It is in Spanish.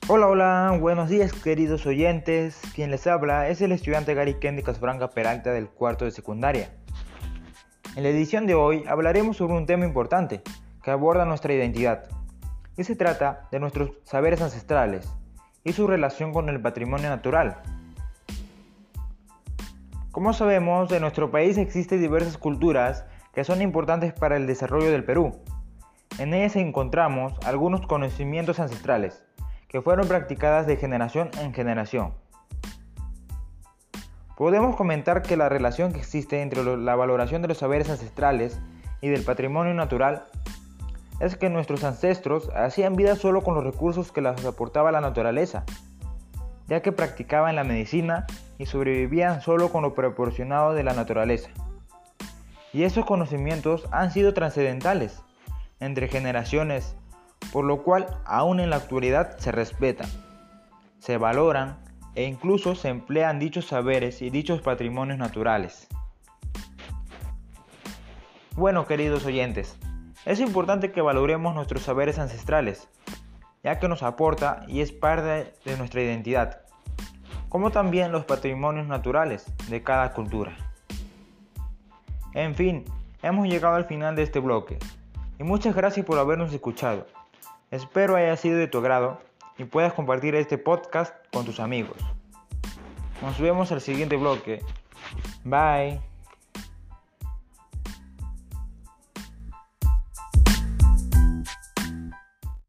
Hola, buenos días queridos oyentes. Quien les habla es el estudiante Gary Kendi Casabranca Peralta del cuarto de secundaria. En la edición de hoy hablaremos sobre un tema importante que aborda nuestra identidad. Y se trata de nuestros saberes ancestrales y su relación con el patrimonio natural. Como sabemos, en nuestro país existen diversas culturas que son importantes para el desarrollo del Perú. En ellas encontramos algunos conocimientos ancestrales que fueron practicadas de generación en generación. Podemos comentar que la relación que existe entre la valoración de los saberes ancestrales y del patrimonio natural es que nuestros ancestros hacían vida solo con los recursos que les aportaba la naturaleza, ya que practicaban la medicina y sobrevivían solo con lo proporcionado de la naturaleza. Y esos conocimientos han sido trascendentales entre generaciones, por lo cual aún en la actualidad se respetan, se valoran e incluso se emplean dichos saberes y dichos patrimonios naturales. Bueno, queridos oyentes, es importante que valoremos nuestros saberes ancestrales, ya que nos aporta y es parte de nuestra identidad, como también los patrimonios naturales de cada cultura. En fin, hemos llegado al final de este bloque, y muchas gracias por habernos escuchado. Espero haya sido de tu agrado y puedas compartir este podcast con tus amigos. Nos vemos al siguiente bloque. Bye.